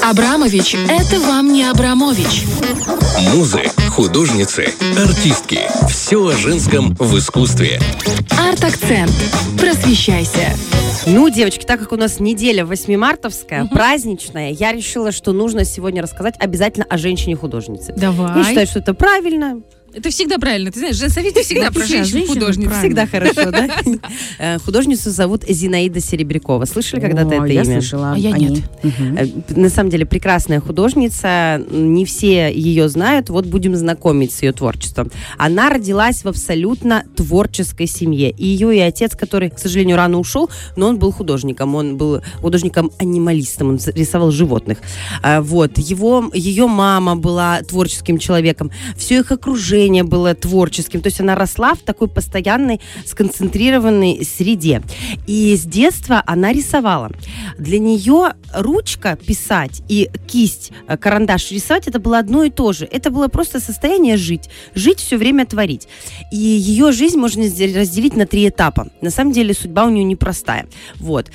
Абрамович – это вам не Абрамович. Музы, художницы, артистки. Все о женском в искусстве. Арт-акцент. Просвещайся. Ну, девочки, так как у нас неделя 8-мартовская, праздничная, я решила, что нужно сегодня рассказать обязательно о женщине-художнице. Давай. Я считаю, что это правильно. Это всегда правильно. Ты знаешь, женсовет всегда про женщин-художниц. Всегда хорошо, да? Художницу зовут Зинаида Серебрякова. Слышали когда-то это имя? Я слышала. А я нет. На самом деле прекрасная художница. Не все ее знают. Вот будем знакомить с ее творчеством. Она родилась в абсолютно творческой семье. И ее и отец, который, к сожалению, рано ушел, но он был художником. Он был художником-анималистом. Он рисовал животных. Вот. Ее мама была творческим человеком. Все их окружение было творческим. То есть она росла в такой постоянной, сконцентрированной среде. И с детства она рисовала. Для нее ручка писать и кисть, карандаш рисовать, это было одно и то же. Это было просто состояние жить. Жить, все время творить. И ее жизнь можно разделить на 3 этапа. На самом деле судьба у нее непростая. Вот.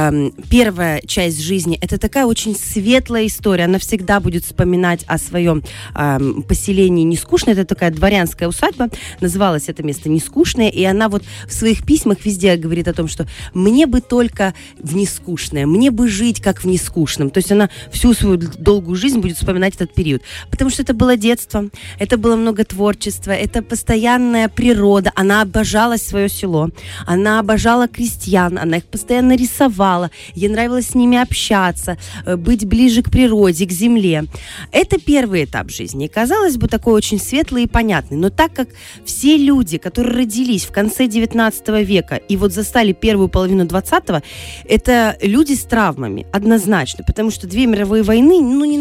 Первая часть жизни – это такая очень светлая история. Она всегда будет вспоминать о своем поселении Нескучное. Это такая дворянская усадьба. Называлось это место Нескучное. И она вот в своих письмах везде говорит о том, что мне бы только в Нескучное, мне бы жить как в Нескучном. То есть она всю свою долгую жизнь будет вспоминать этот период. Потому что это было детство, это было много творчества, это постоянная природа. Она обожала свое село, она обожала крестьян, она их постоянно рисовала, ей нравилось с ними общаться, быть ближе к природе, к земле. Это первый этап жизни. И, казалось бы, такой очень светлый и понятный. Но так как все люди, которые родились в конце 19 века и вот застали первую половину 20-го, это люди с травмами, однозначно, потому что 2 мировые войны,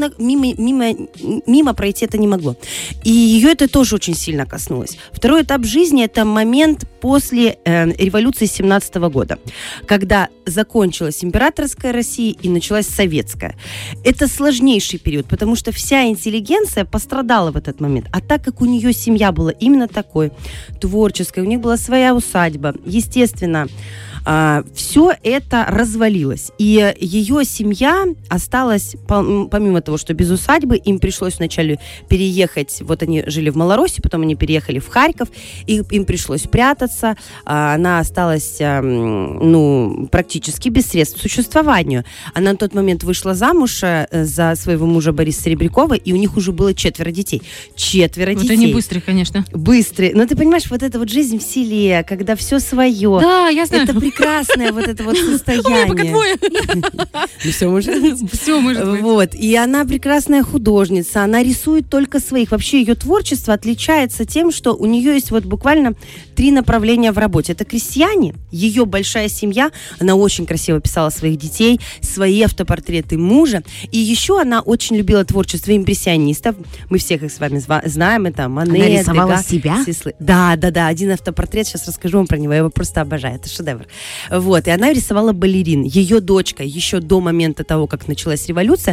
мимо пройти это не могло. И ее это тоже очень сильно коснулось. Второй этап жизни – это момент после революции 17 года, когда закончилась императорская Россия и началась советская. Это сложнейший период, потому что вся интеллигенция пострадала в этот момент. А так как у нее семья была именно такой, творческой, у них была своя усадьба, естественно, все это развалилось. И ее семья осталась, помимо того, что без усадьбы, им пришлось вначале переехать, вот они жили в Малороссии, потом они переехали в Харьков, и им пришлось прятаться. Она осталась, практически без средств к существованию. Она на тот момент вышла замуж за своего мужа Бориса Серебрякова, и у них уже было 4 детей. 4 детей. Вот они быстрые, конечно. Быстрые. Но ты понимаешь, вот эта вот жизнь в селе, когда все свое. Да, я знаю. Это прекрасное вот это вот состояние. Ой, пока двое. Ну, все может быть. Все может быть. Вот. И она прекрасная художница, она рисует только своих. Вообще ее творчество отличается тем, что у нее есть вот буквально 3 направления в работе. Это крестьяне, ее большая семья, она очень красиво писала своих детей, свои автопортреты мужа. И еще она очень любила творчество импрессионистов. Мы всех их с вами знаем. Это Мане, она рисовала Дега, себя? Сислы. Да. Один автопортрет, сейчас расскажу вам про него, я его просто обожаю. Это шедевр. Вот, и она рисовала балерин. Ее дочка еще до момента того, как началась революция,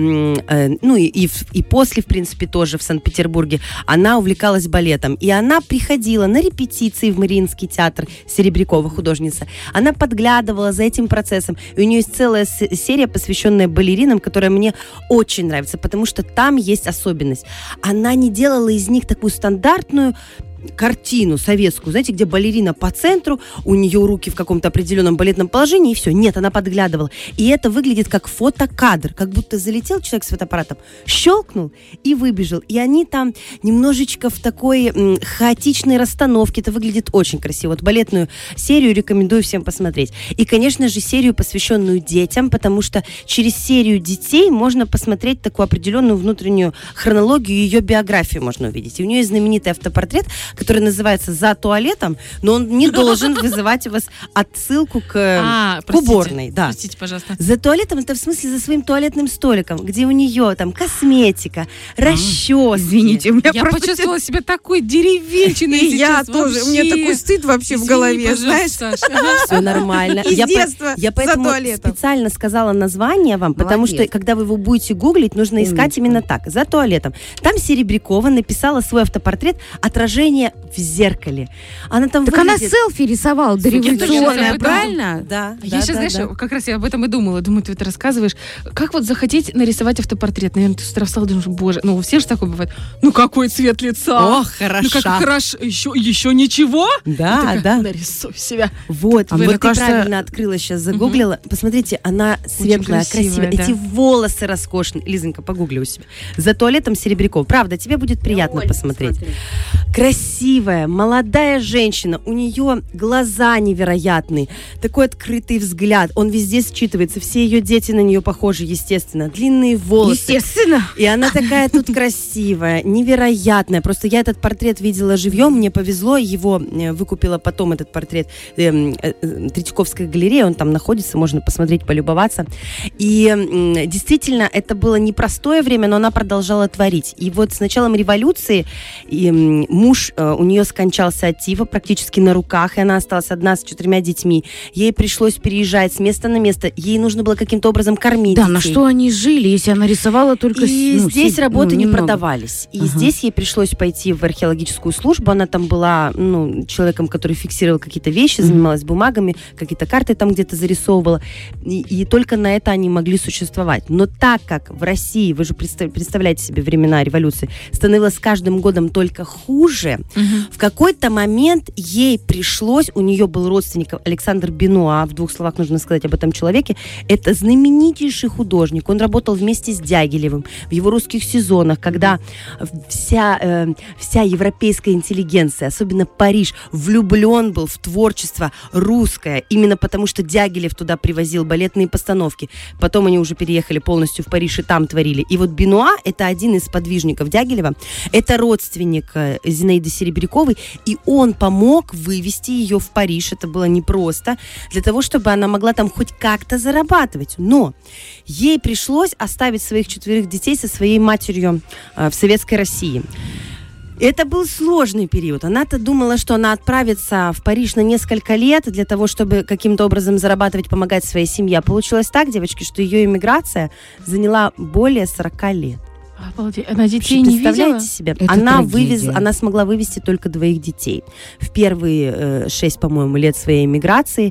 и после, в принципе, тоже в Санкт-Петербурге, она увлекалась балетом. И она приходила на репетиции в Мариинский театр, Серебрякова, художница. Она подглядывала за этим процессом. И у нее есть целая серия, посвященная балеринам, которая мне очень нравится, потому что там есть особенность. Она не делала из них такую стандартную картину советскую, знаете, где балерина по центру, у нее руки в каком-то определенном балетном положении, и все. Нет, она подглядывала. И это выглядит как фотокадр, как будто залетел человек с фотоаппаратом, щелкнул и выбежал. И они там немножечко в такой хаотичной расстановке. Это выглядит очень красиво. Вот балетную серию рекомендую всем посмотреть. И, конечно же, серию, посвященную детям, потому что через серию детей можно посмотреть такую определенную внутреннюю хронологию, ее биографию можно увидеть. И у нее есть знаменитый автопортрет, который называется «За туалетом», но он не должен вызывать у вас отсылку к уборной. Да. Простите, пожалуйста. За туалетом, это в смысле за своим туалетным столиком, где у нее там косметика, расчески. Извините, у меня я почувствовала себя такой деревенщиной сейчас. Я тоже. У меня такой стыд вообще в голове, знаешь. Все нормально. Из детства я поэтому специально сказала название вам, потому что, когда вы его будете гуглить, нужно искать именно так. «За туалетом». Там Серебрякова написала свой автопортрет «Отражение отражение в зеркале. Она там Так выглядит... она селфи рисовала, дореволюционная, правильно? Да. Я сейчас, знаешь, как раз я об этом и думала. Думаю, ты это рассказываешь. Как вот захотеть нарисовать автопортрет? Наверное, ты с утра встала и думаешь, боже, ну, все же такое бывает. Ну, какой цвет лица? Ох, хороша. Ну, как хорошо. Еще ничего? Да, такая, да. Нарисуй себя. Вот, мне ты кажется- правильно открыла, сейчас загуглила. Посмотрите, она светлая, красивая, красивая. да. Эти волосы роскошные. Лизонька, погугли у себя. За туалетом Серебряков. Правда, тебе будет приятно посмотреть. Красивая, молодая женщина. У нее глаза невероятные. Такой открытый взгляд. Он везде считывается. Все ее дети на нее похожи, естественно. Длинные волосы. Естественно. И она такая тут красивая, невероятная. Просто я этот портрет видела живьем, мне повезло, его выкупила потом этот портрет Третьяковская галерея, он там находится, можно посмотреть, полюбоваться. И действительно, это было непростое время, но она продолжала творить. И вот с началом революции муж у нее скончался от тифа практически на руках, и она осталась одна с 4 детьми. Ей пришлось переезжать с места на место, ей нужно было каким-то образом кормить Да, детей. на что они жили, если она рисовала только... И здесь работы не немного. продавались. И здесь ей пришлось пойти в археологическую службу. Она там была человеком, который фиксировал какие-то вещи, занималась бумагами, какие-то карты там где-то зарисовывала. И только на это они могли существовать. Но так как в России, вы же представляете себе времена революции, становилось с каждым годом только хуже, в какой-то момент ей пришлось, у нее был родственник Александр Бенуа, в 2 словах нужно сказать об этом человеке, это знаменитейший художник. Он работал вместе с Дягилевым в его русских сезонах, когда вся европейская интеллигенция, особенно Париж, влюблен был в творчество русское, именно потому что Дягилев туда привозил балетные постановки. Потом они уже переехали полностью в Париж и там творили. И вот Бенуа, это один из подвижников Дягилева, это родственник Зинаиды Серебряковой, и он помог вывести ее в Париж. Это было непросто, для того, чтобы она могла там хоть как-то зарабатывать. Но ей пришлось оставить своих 4 детей со своей матерью в Советской России. Это был сложный период. Она-то думала, что она отправится в Париж на несколько лет для того, чтобы каким-то образом зарабатывать, помогать своей семье. Получилось так, девочки, что ее эмиграция заняла более 40 лет. Обалдеть. Она детей не видела? Представляете себе? Это Она смогла вывести только 2 детей. В первые 6, по-моему, лет своей эмиграции.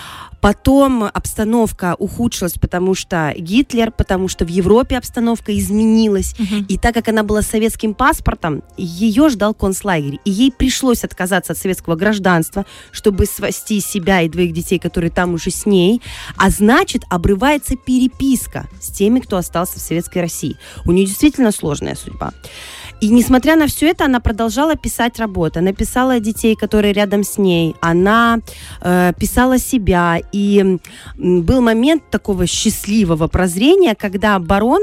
Потом обстановка ухудшилась, потому что Гитлер, потому что в Европе обстановка изменилась. И так как она была с советским паспортом, ее ждал концлагерь. И ей пришлось отказаться от советского гражданства, чтобы спасти себя и 2 детей, которые там уже с ней. А значит, обрывается переписка с теми, кто остался в Советской России. У нее действительно сложная судьба. И несмотря на все это, она продолжала писать работы. Она писала детей, которые рядом с ней. Она писала себя. И был момент такого счастливого прозрения, когда барон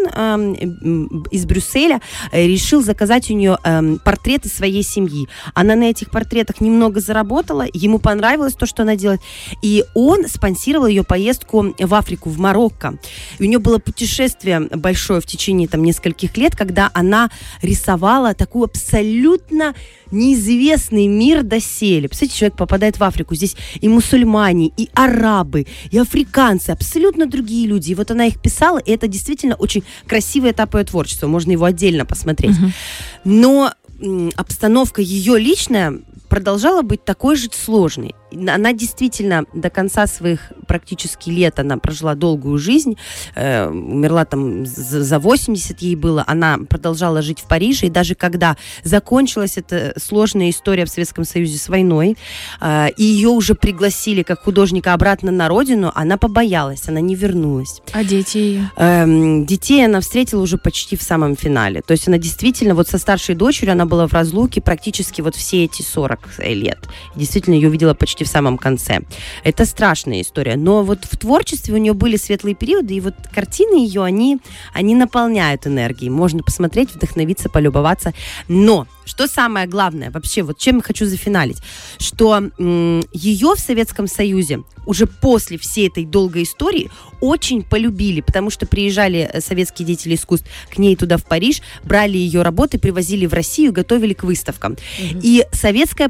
из Брюсселя решил заказать у нее портреты своей семьи. Она на этих портретах немного заработала. Ему понравилось то, что она делает. И он спонсировал ее поездку в Африку, в Марокко. И у нее было путешествие большое в течение нескольких лет, когда она рисовала такой абсолютно неизвестный мир доселе. Представляете, человек попадает в Африку, здесь и мусульмане, и арабы, и африканцы, абсолютно другие люди. И вот она их писала, и это действительно очень красивый этап ее творчества, можно его отдельно посмотреть. Но обстановка ее личная продолжала быть такой же сложной. Она действительно до конца своих практически лет, она прожила долгую жизнь, умерла там за 80 ей было, она продолжала жить в Париже, и даже когда закончилась эта сложная история в Советском Союзе с войной, и ее уже пригласили как художника обратно на родину, она побоялась, она не вернулась. А дети ее? Детей она встретила уже почти в самом финале. То есть она действительно, вот со старшей дочерью она была в разлуке практически вот все эти 40 лет. Действительно, ее увидела почти в самом конце. Это страшная история. Но вот в творчестве у нее были светлые периоды, и вот картины ее, они наполняют энергией. Можно посмотреть, вдохновиться, полюбоваться. Но, что самое главное, вообще, вот чем я хочу зафиналить, что ее в Советском Союзе уже после всей этой долгой истории очень полюбили, потому что приезжали советские деятели искусств к ней туда в Париж, брали ее работы, привозили в Россию, готовили к выставкам. И советская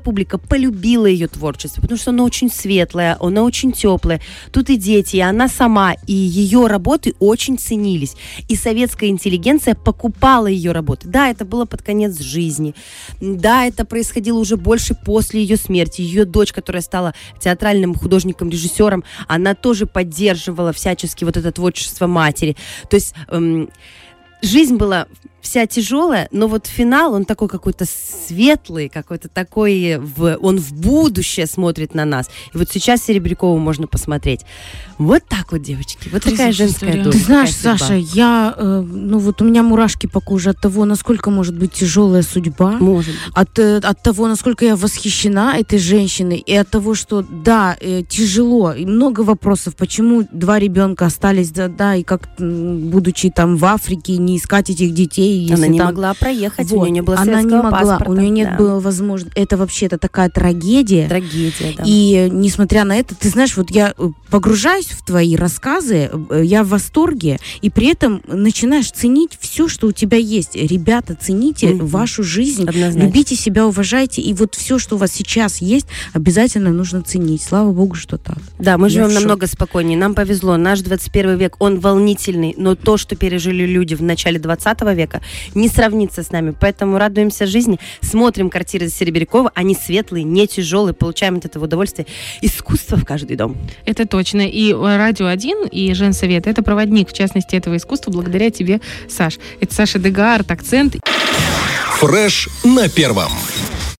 публика полюбила ее творчество, потому что оно очень светлое, оно очень теплое. Тут и дети, и она сама, и ее работы очень ценились. И советская интеллигенция покупала ее работы. Да, это было под конец жизни. Да, это происходило уже больше после ее смерти. Ее дочь, которая стала театральным художником-режиссером, она тоже поддерживала всячески вот это творчество матери. То есть жизнь была вся тяжелая, но вот финал, он такой какой-то светлый, какой-то такой, он в будущее смотрит на нас. И вот сейчас Серебрякову можно посмотреть. Вот так вот, девочки, вот такая женская доля. Ты знаешь, Саша, вот у меня мурашки по коже от того, насколько может быть тяжелая судьба. Может быть. От того, насколько я восхищена этой женщиной, и от того, что, да, тяжело, и много вопросов, почему 2 ребенка остались, да, и как, будучи там в Африке, не искать этих детей. Она не могла проехать, у нее не было советского паспорта. У нее нет было возможности. Это вообще такая трагедия. Трагедия, да. И несмотря на это, ты знаешь, вот я погружаюсь в твои рассказы, я в восторге, и при этом начинаешь ценить все, что у тебя есть. Ребята, цените вашу жизнь, однозначно. Любите себя, уважайте, и вот все, что у вас сейчас есть, обязательно нужно ценить. Слава Богу, что так. Да, мы живем намного спокойнее. Нам повезло. Наш 21 век, он волнительный, но то, что пережили люди в начале 20 века, не сравнится с нами. Поэтому радуемся жизни, смотрим картины Серебрякова, они светлые, не тяжелые, получаем от этого удовольствие. Искусство в каждый дом. Это точно. И Радио 1, и Женсовет — это проводник, в частности, этого искусства, благодаря тебе, Саш. Это Саша Дега, «Арт-акцент». Фреш на первом.